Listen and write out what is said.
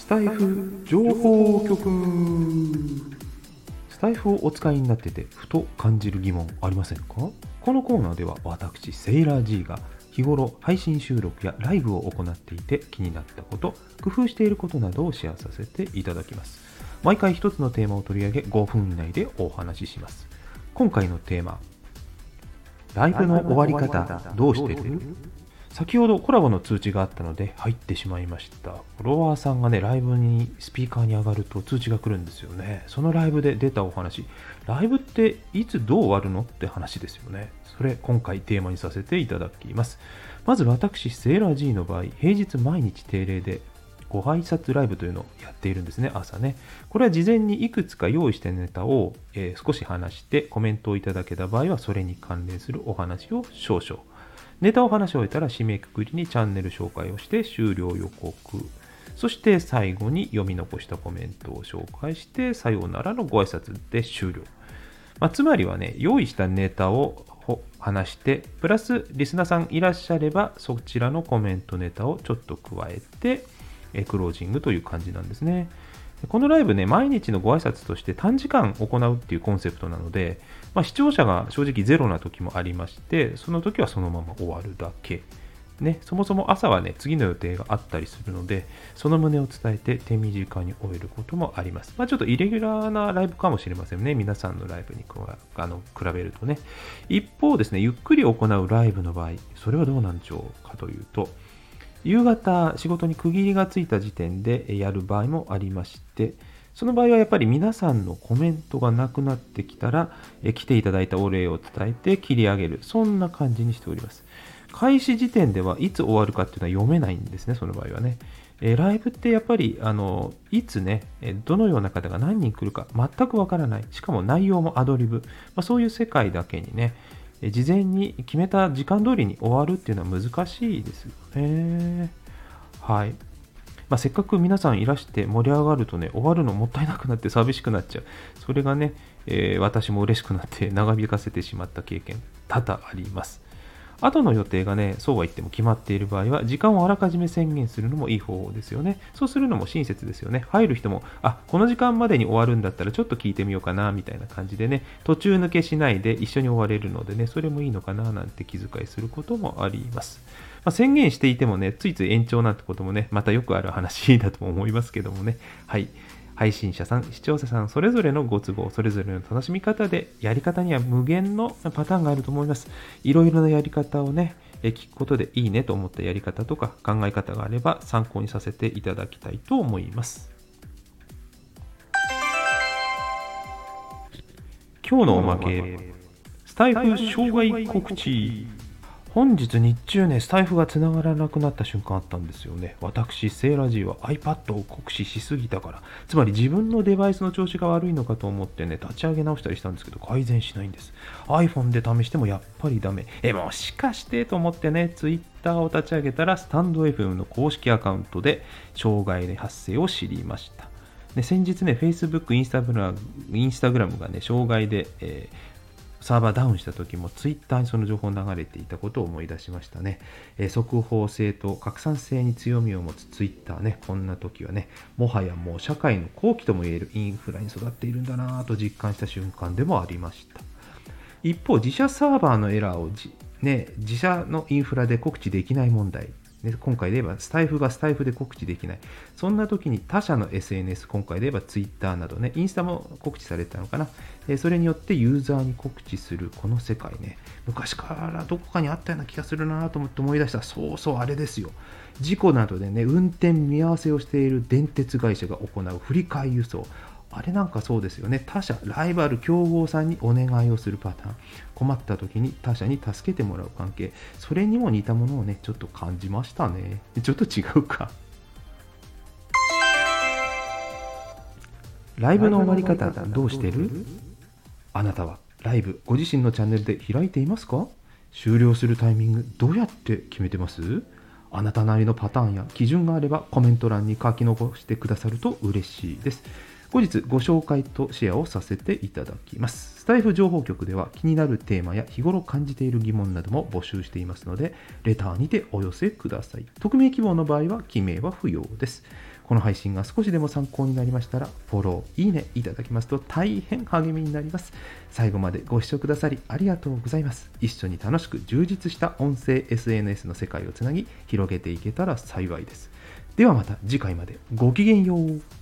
スタイフ情報局。スタイフをお使いになっててふと感じる疑問ありませんか？このコーナーでは私セイラー G が日頃配信収録やライブを行っていて気になったこと、工夫していることなどをシェアさせていただきます。毎回一つのテーマを取り上げ5分以内でお話しします。今回のテーマ、ライブの終わり方どうしてる？先ほどコラボの通知があったので入ってしまいました。フォロワーさんがね、ライブにスピーカーに上がると通知が来るんですよね。そのライブで出たお話、ライブっていつどう終わるのって話ですよね。それ今回テーマにさせていただきます。まず私セーラー G の場合、平日毎日定例でご挨拶ライブというのをやっているんですね、朝ね。これは事前にいくつか用意したネタを、少し話してコメントをいただけた場合はそれに関連するお話を少々。ネタを話し終えたら締めくくりにチャンネル紹介をして終了予告。そして最後に読み残したコメントを紹介してさようならのご挨拶で終了。つまりはね、用意したネタを話して、プラスリスナーさんいらっしゃればそちらのコメントネタをちょっと加えてクロージングという感じなんですね。このライブね、毎日のご挨拶として短時間行うっていうコンセプトなので、視聴者が正直ゼロな時もありまして、その時はそのまま終わるだけ。ね、そもそも朝はね、次の予定があったりするので、その旨を伝えて手短に終えることもあります。ちょっとイレギュラーなライブかもしれませんね。皆さんのライブに比べるとね。一方ですね、ゆっくり行うライブの場合、それはどうなんでしょうかというと、夕方仕事に区切りがついた時点でやる場合もありまして、その場合はやっぱり皆さんのコメントがなくなってきたら来ていただいたお礼を伝えて切り上げる、そんな感じにしております。開始時点ではいつ終わるかっていうのは読めないんですね、その場合はね。ライブってやっぱりいつね、どのような方が何人来るか全くわからない。しかも内容もアドリブ、そういう世界だけにね、事前に決めた時間通りに終わるっていうのは難しいですよね。はい。せっかく皆さんいらして盛り上がるとね、終わるのもったいなくなって寂しくなっちゃう。それがね、私も嬉しくなって長引かせてしまった経験多々あります。後の予定がね、そうは言っても決まっている場合は、時間をあらかじめ宣言するのもいい方法ですよね。そうするのも親切ですよね。入る人も、この時間までに終わるんだったらちょっと聞いてみようかな、みたいな感じでね、途中抜けしないで一緒に終われるのでね、それもいいのかな、なんて気遣いすることもあります。宣言していてもね、ついつい延長なんてこともね、またよくある話だと思いますけどもね。はい。配信者さん、視聴者さん、それぞれのご都合、それぞれの楽しみ方で、やり方には無限のパターンがあると思います。いろいろなやり方をね、聞くことでいいねと思ったやり方とか考え方があれば参考にさせていただきたいと思います。今日のおまけ、スタイフ障害告知。本日日中ね、スタイフがつながらなくなった瞬間あったんですよね。私、セーラー G は iPad を酷使しすぎたから、つまり自分のデバイスの調子が悪いのかと思ってね、立ち上げ直したりしたんですけど、改善しないんです。iPhone で試してもやっぱりダメ。もしかしてと思ってね、Twitter を立ち上げたら、スタンド FM の公式アカウントで障害の発生を知りました。先日ね、Facebook、Instagram がね、障害で、サーバーダウンした時もツイッターにその情報流れていたことを思い出しましたね。速報性と拡散性に強みを持つツイッターね、こんな時はね、もはやもう社会の後期ともいえるインフラに育っているんだなぁと実感した瞬間でもありました。一方、自社サーバーのエラーを自社のインフラで告知できない問題。今回で言えばスタイフがスタイフで告知できない。そんな時に他社の SNS、今回で言えば Twitter などね、インスタも告知されたのかな。それによってユーザーに告知するこの世界ね、昔からどこかにあったような気がするなと思って思い出した。そうあれですよ。事故などでね、運転見合わせをしている電鉄会社が行う振り替え輸送。あれなんかそうですよね。他社、ライバル、競合さんにお願いをするパターン。困った時に他社に助けてもらう関係。それにも似たものをね、ちょっと感じましたね。ちょっと違うか。ライブの終わり方、どうしてる？あなたはライブ、ご自身のチャンネルで開いていますか？終了するタイミング、どうやって決めてます？あなたなりのパターンや基準があればコメント欄に書き残してくださると嬉しいです。後日ご紹介とシェアをさせていただきます。スタイフ情報局では気になるテーマや日頃感じている疑問なども募集していますので、レターにてお寄せください。匿名希望の場合は記名は不要です。 この配信が少しでも参考になりましたら、フォロー、いいねいただきますと大変励みになります。最後までご視聴くださりありがとうございます。一緒に楽しく充実した音声 SNS の世界をつなぎ、広げていけたら幸いです。ではまた次回までごきげんよう。